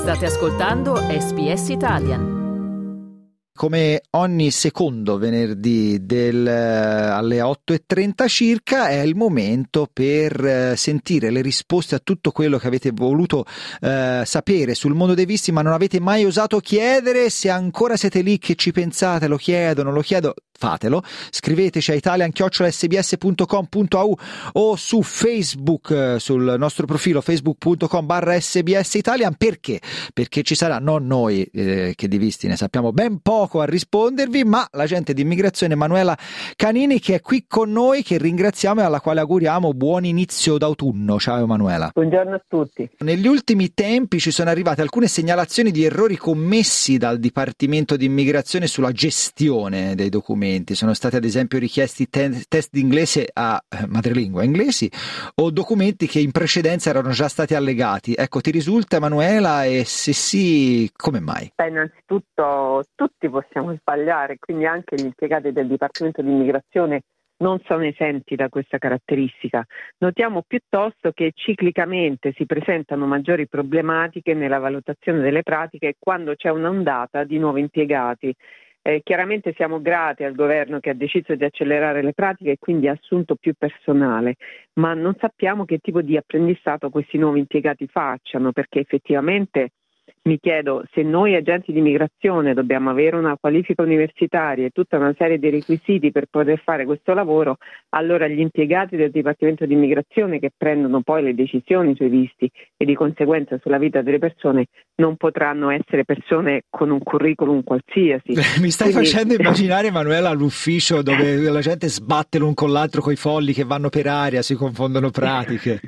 State ascoltando SBS Italian. Come ogni secondo venerdì alle 8:30 circa è il momento per sentire le risposte a tutto quello che avete voluto sapere sul mondo dei visti ma non avete mai osato chiedere. Se ancora siete lì che ci pensate, lo chiedo, non lo chiedo, fatelo. Scriveteci a italian@sbs.com.au o su Facebook, sul nostro profilo facebook.com/SBS Italian. Perché? Perché ci sarà, non noi che di visti ne sappiamo ben poco a rispondervi, ma l'agente di immigrazione Emanuela Canini, che è qui con noi, che ringraziamo e alla quale auguriamo buon inizio d'autunno. Ciao Emanuela. Buongiorno a tutti. Negli ultimi tempi ci sono arrivate alcune segnalazioni di errori commessi dal Dipartimento di Immigrazione sulla gestione dei documenti. Sono stati ad esempio richiesti test di inglese a madrelingua inglesi o documenti che in precedenza erano già stati allegati. Ecco, ti risulta Emanuela, e se sì, come mai? Innanzitutto tutti possiamo sbagliare, quindi anche gli impiegati del Dipartimento di Immigrazione non sono esenti da questa caratteristica. Notiamo piuttosto che ciclicamente si presentano maggiori problematiche nella valutazione delle pratiche quando c'è un'ondata di nuovi impiegati. Chiaramente siamo grati al governo che ha deciso di accelerare le pratiche e quindi ha assunto più personale, ma non sappiamo che tipo di apprendistato questi nuovi impiegati facciano, perché effettivamente mi chiedo, se noi agenti di immigrazione dobbiamo avere una qualifica universitaria e tutta una serie di requisiti per poter fare questo lavoro, allora gli impiegati del Dipartimento di Immigrazione, che prendono poi le decisioni sui visti e di conseguenza sulla vita delle persone, non potranno essere persone con un curriculum qualsiasi. Mi stai facendo immaginare, Emanuela, l'ufficio dove la gente sbatte l'un con l'altro coi fogli che vanno per aria, si confondono pratiche.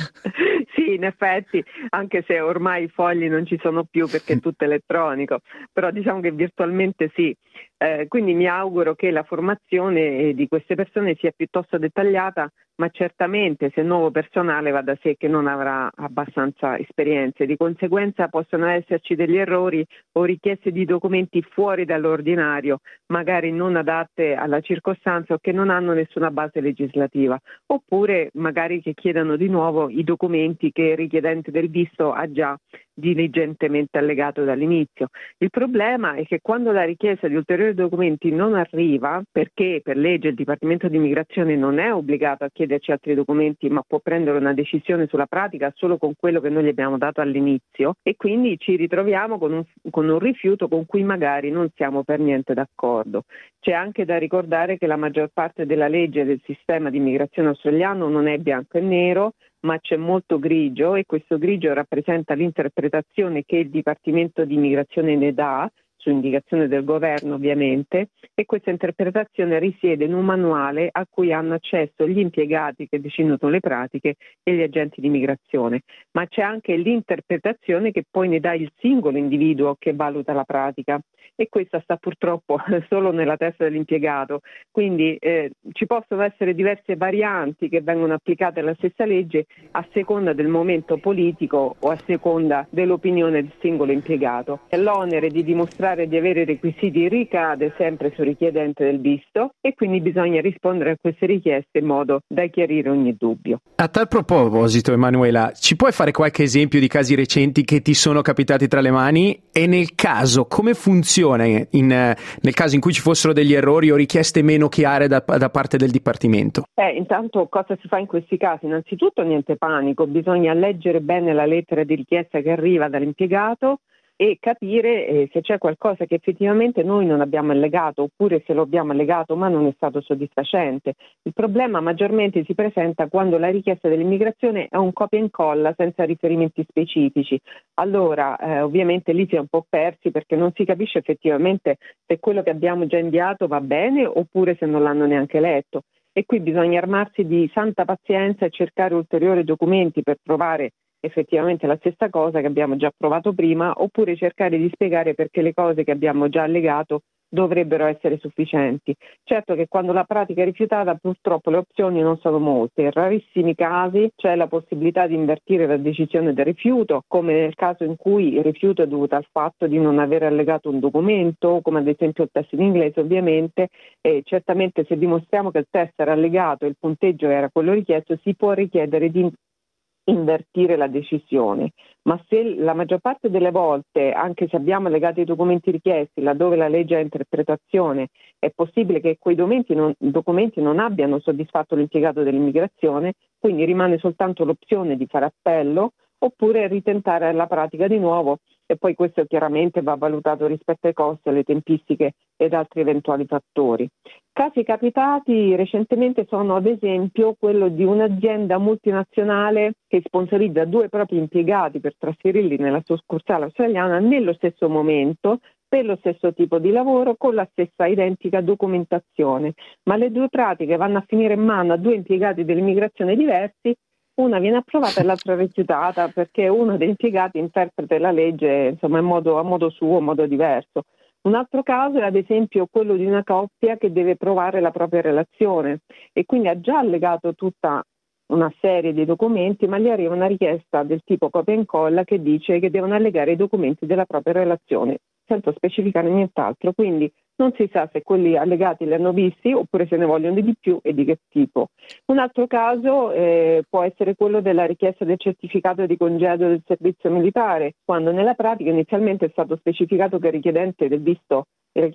Sì, in effetti, anche se ormai i fogli non ci sono più perché è tutto elettronico, però diciamo che virtualmente sì. Quindi mi auguro che la formazione di queste persone sia piuttosto dettagliata, ma certamente se nuovo personale va da sé che non avrà abbastanza esperienze. Di conseguenza possono esserci degli errori o richieste di documenti fuori dall'ordinario, magari non adatte alla circostanza o che non hanno nessuna base legislativa, oppure magari che chiedano di nuovo i documenti che il richiedente del visto ha già diligentemente allegato dall'inizio. Il problema è che quando la richiesta di ulteriori documenti non arriva, perché per legge il Dipartimento di Immigrazione non è obbligato a chiederci altri documenti, ma può prendere una decisione sulla pratica solo con quello che noi gli abbiamo dato all'inizio, e quindi ci ritroviamo con un rifiuto con cui magari non siamo per niente d'accordo. C'è anche da ricordare che la maggior parte della legge del sistema di immigrazione australiano non è bianco e nero, ma c'è molto grigio, e questo grigio rappresenta l'interpretazione che il Dipartimento di Immigrazione ne dà, su indicazione del governo ovviamente, e questa interpretazione risiede in un manuale a cui hanno accesso gli impiegati che decidono le pratiche e gli agenti di immigrazione, ma c'è anche l'interpretazione che poi ne dà il singolo individuo che valuta la pratica, e questa sta purtroppo solo nella testa dell'impiegato, quindi ci possono essere diverse varianti che vengono applicate alla stessa legge a seconda del momento politico o a seconda dell'opinione del singolo impiegato. L'onere di dimostrare di avere i requisiti ricade sempre sul richiedente del visto, e quindi bisogna rispondere a queste richieste in modo da chiarire ogni dubbio. A tal proposito, Emanuela, ci puoi fare qualche esempio di casi recenti che ti sono capitati tra le mani? E nel caso, come funziona nel caso in cui ci fossero degli errori o richieste meno chiare da parte del Dipartimento? Intanto cosa si fa in questi casi? Innanzitutto niente panico, bisogna leggere bene la lettera di richiesta che arriva dall'impiegato e capire se c'è qualcosa che effettivamente noi non abbiamo allegato, oppure se lo abbiamo allegato ma non è stato soddisfacente. Il problema maggiormente si presenta quando la richiesta dell'immigrazione è un copia e incolla senza riferimenti specifici. Allora ovviamente lì si è un po' persi, perché non si capisce effettivamente se quello che abbiamo già inviato va bene oppure se non l'hanno neanche letto. E qui bisogna armarsi di santa pazienza e cercare ulteriori documenti per provare effettivamente la stessa cosa che abbiamo già provato prima, oppure cercare di spiegare perché le cose che abbiamo già allegato dovrebbero essere sufficienti. Certo che quando la pratica è rifiutata purtroppo le opzioni non sono molte, in rarissimi casi c'è la possibilità di invertire la decisione del rifiuto, come nel caso in cui il rifiuto è dovuto al fatto di non aver allegato un documento, come ad esempio il test in inglese ovviamente, e certamente se dimostriamo che il test era allegato e il punteggio era quello richiesto, si può richiedere di invertire la decisione, ma se la maggior parte delle volte, anche se abbiamo allegato i documenti richiesti, laddove la legge ha interpretazione, è possibile che quei documenti non abbiano soddisfatto l'impiegato dell'immigrazione, quindi rimane soltanto l'opzione di fare appello oppure ritentare la pratica di nuovo, e poi questo chiaramente va valutato rispetto ai costi, alle tempistiche ed altri eventuali fattori. Casi capitati recentemente sono ad esempio quello di un'azienda multinazionale che sponsorizza 2 propri impiegati per trasferirli nella succursale australiana nello stesso momento, per lo stesso tipo di lavoro, con la stessa identica documentazione, ma le 2 pratiche vanno a finire in mano a 2 impiegati dell'immigrazione diversi. Una viene approvata e l'altra rifiutata perché uno degli impiegati interpreta la legge insomma a modo suo, in modo diverso. Un altro caso è ad esempio quello di una coppia che deve provare la propria relazione e quindi ha già allegato tutta una serie di documenti, ma gli arriva una richiesta del tipo copia e incolla che dice che devono allegare i documenti della propria relazione senza specificare nient'altro, quindi non si sa se quelli allegati li hanno visti oppure se ne vogliono di più e di che tipo. Un altro caso può essere quello della richiesta del certificato di congedo del servizio militare, quando nella pratica inizialmente è stato specificato che il richiedente il visto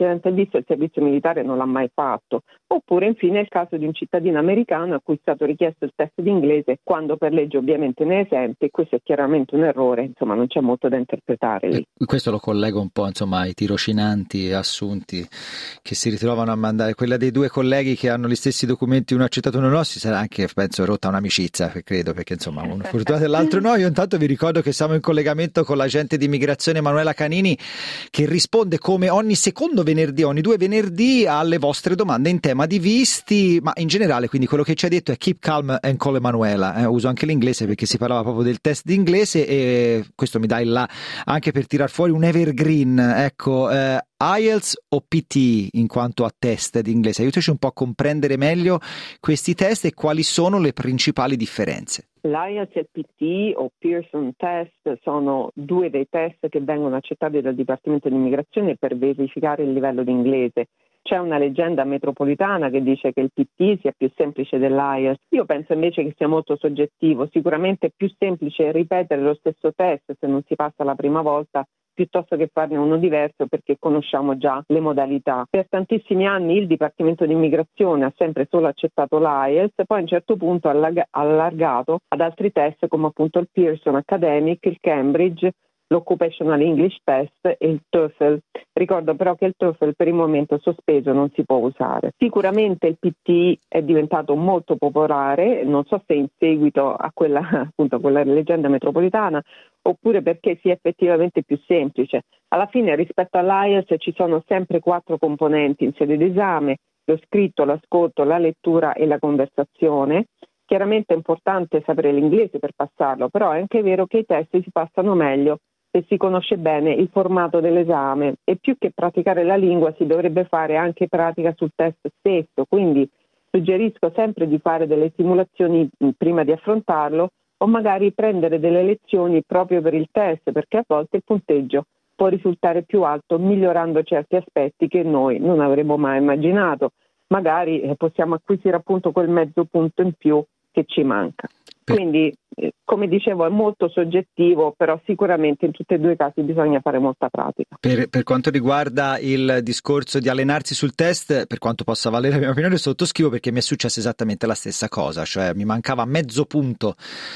il servizio militare non l'ha mai fatto, oppure infine il caso di un cittadino americano a cui è stato richiesto il test di inglese quando per legge ovviamente ne è esente, e questo è chiaramente un errore, insomma non c'è molto da interpretare lì. Questo lo collego un po' insomma ai tirocinanti assunti che si ritrovano a mandare, quella dei 2 colleghi che hanno gli stessi documenti, uno accettato uno no, si sarà anche penso rotta un'amicizia, credo, perché insomma uno fortunato e l'altro no. Io intanto vi ricordo che siamo in collegamento con l'agente di immigrazione Emanuela Canini, che risponde come ogni secondo venerdì, ogni 2 venerdì alle vostre domande in tema di visti, ma in generale, quindi quello che ci ha detto è keep calm and call Emanuela, uso anche l'inglese perché si parlava proprio del test di inglese e questo mi dà il là anche per tirar fuori un evergreen, ecco, IELTS o PT in quanto a test di inglese, aiutaci un po' a comprendere meglio questi test e quali sono le principali differenze. L'IELTS e il PT o Pearson Test sono 2 dei test che vengono accettati dal Dipartimento di Immigrazione per verificare il livello di inglese. C'è una leggenda metropolitana che dice che il PT sia più semplice dell'IELTS. Io penso invece che sia molto soggettivo. Sicuramente è più semplice ripetere lo stesso test se non si passa la prima volta piuttosto che farne uno diverso perché conosciamo già le modalità. Per tantissimi anni il Dipartimento di Immigrazione ha sempre solo accettato l'IELTS, poi a un certo punto ha allargato ad altri test come appunto il Pearson Academic, il Cambridge, l'Occupational English Test e il TOEFL. Ricordo però che il TOEFL per il momento è sospeso, non si può usare. Sicuramente il PT è diventato molto popolare, non so se in seguito a quella leggenda metropolitana oppure perché sia effettivamente più semplice. Alla fine rispetto all'IELTS ci sono sempre 4 componenti in sede d'esame: lo scritto, l'ascolto, la lettura e la conversazione. Chiaramente è importante sapere l'inglese per passarlo, però è anche vero che i test si passano meglio se si conosce bene il formato dell'esame e più che praticare la lingua si dovrebbe fare anche pratica sul test stesso, quindi suggerisco sempre di fare delle simulazioni prima di affrontarlo o magari prendere delle lezioni proprio per il test, perché a volte il punteggio può risultare più alto migliorando certi aspetti che noi non avremmo mai immaginato. Magari possiamo acquisire appunto quel mezzo punto in più che ci manca. Quindi, come dicevo, è molto soggettivo, però sicuramente in tutti e 2 i casi bisogna fare molta pratica. Per quanto riguarda il discorso di allenarsi sul test, per quanto possa valere la mia opinione, sottoscrivo perché mi è successa esattamente la stessa cosa, cioè mi mancava mezzo punto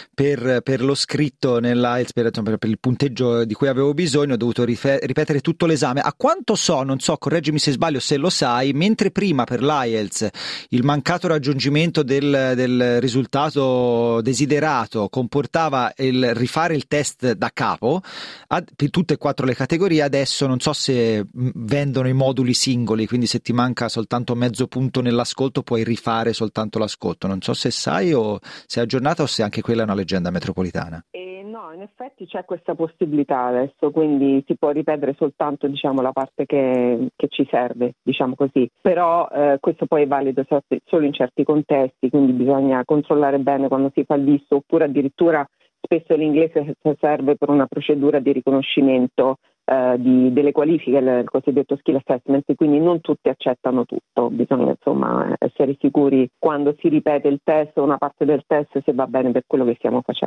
per lo scritto nell'IELTS, per il punteggio di cui avevo bisogno, ho dovuto ripetere tutto l'esame. A quanto so, non so, correggimi se sbaglio, se lo sai, mentre prima per l'IELTS il mancato raggiungimento del risultato desiderato comportava il rifare il test da capo per tutte e 4 le categorie, adesso non so se vendono i moduli singoli, quindi se ti manca soltanto mezzo punto nell'ascolto puoi rifare soltanto l'ascolto. Non so se sai o se è aggiornata o se anche quella è una leggenda metropolitana. No, in effetti c'è questa possibilità adesso, quindi si può ripetere soltanto la parte che ci serve, così. Però questo poi è valido solo in certi contesti, quindi bisogna controllare bene quando si fa il visto, oppure addirittura spesso l'inglese serve per una procedura di riconoscimento delle qualifiche, il cosiddetto skill assessment, quindi non tutti accettano tutto, bisogna essere sicuri quando si ripete il test o una parte del test se va bene per quello che stiamo facendo.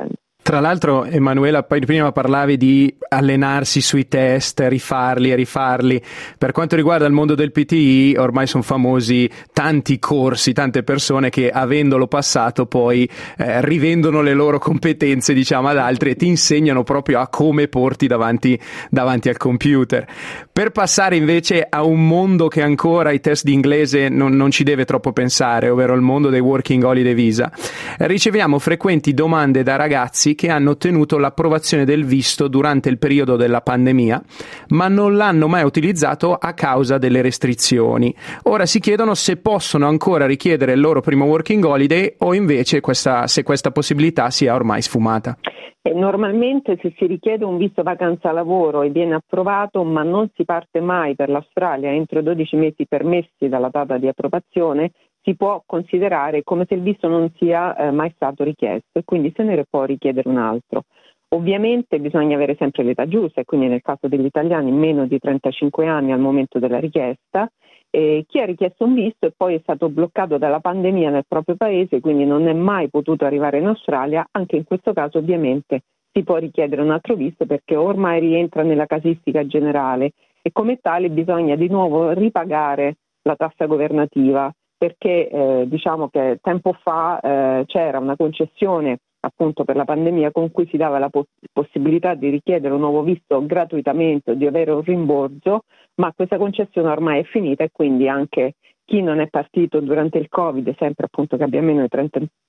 Tra l'altro, Emanuela, prima parlavi di allenarsi sui test, rifarli e rifarli. Per quanto riguarda il mondo del PTI, ormai sono famosi tanti corsi, tante persone che avendolo passato poi rivendono le loro competenze, diciamo, ad altri e ti insegnano proprio a come porti davanti al computer. Per passare invece a un mondo che ancora i test di inglese non ci deve troppo pensare, ovvero il mondo dei Working Holiday Visa, riceviamo frequenti domande da ragazzi che hanno ottenuto l'approvazione del visto durante il periodo della pandemia, ma non l'hanno mai utilizzato a causa delle restrizioni. Ora si chiedono se possono ancora richiedere il loro primo Working Holiday o invece se questa possibilità sia ormai sfumata. Normalmente se si richiede un visto vacanza lavoro e viene approvato, ma non si parte mai per l'Australia entro 12 mesi permessi dalla data di approvazione, si può considerare come se il visto non sia mai stato richiesto e quindi se ne può richiedere un altro. Ovviamente bisogna avere sempre l'età giusta e quindi nel caso degli italiani meno di 35 anni al momento della richiesta. Chi ha richiesto un visto e poi è stato bloccato dalla pandemia nel proprio paese, quindi non è mai potuto arrivare in Australia, anche in questo caso ovviamente si può richiedere un altro visto perché ormai rientra nella casistica generale e come tale bisogna di nuovo ripagare la tassa governativa perché diciamo che tempo fa c'era una concessione appunto per la pandemia con cui si dava la possibilità di richiedere un nuovo visto gratuitamente o di avere un rimborso, ma questa concessione ormai è finita e quindi anche chi non è partito durante il Covid, sempre appunto che abbia meno di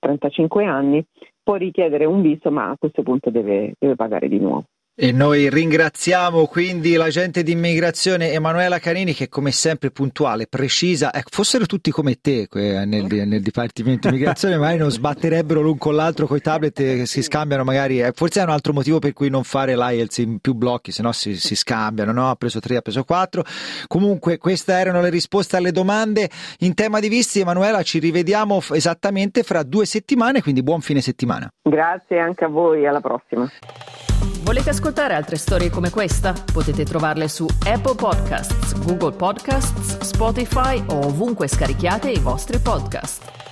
35 anni, può richiedere un visto ma a questo punto deve pagare di nuovo. E noi ringraziamo quindi l'agente di immigrazione Emanuela Canini che come sempre puntuale, precisa, fossero tutti come te nel Dipartimento Immigrazione magari non sbatterebbero l'un con l'altro coi tablet che si scambiano magari, forse è un altro motivo per cui non fare l'IELTS in più blocchi, se no si scambiano, no? Ha preso 3, ha preso 4. Comunque queste erano le risposte alle domande in tema di visti. Emanuela, ci rivediamo esattamente fra 2 settimane, quindi buon fine settimana. Grazie anche a voi, alla prossima. Volete ascoltare altre storie come questa? Potete trovarle su Apple Podcasts, Google Podcasts, Spotify o ovunque scarichiate i vostri podcast.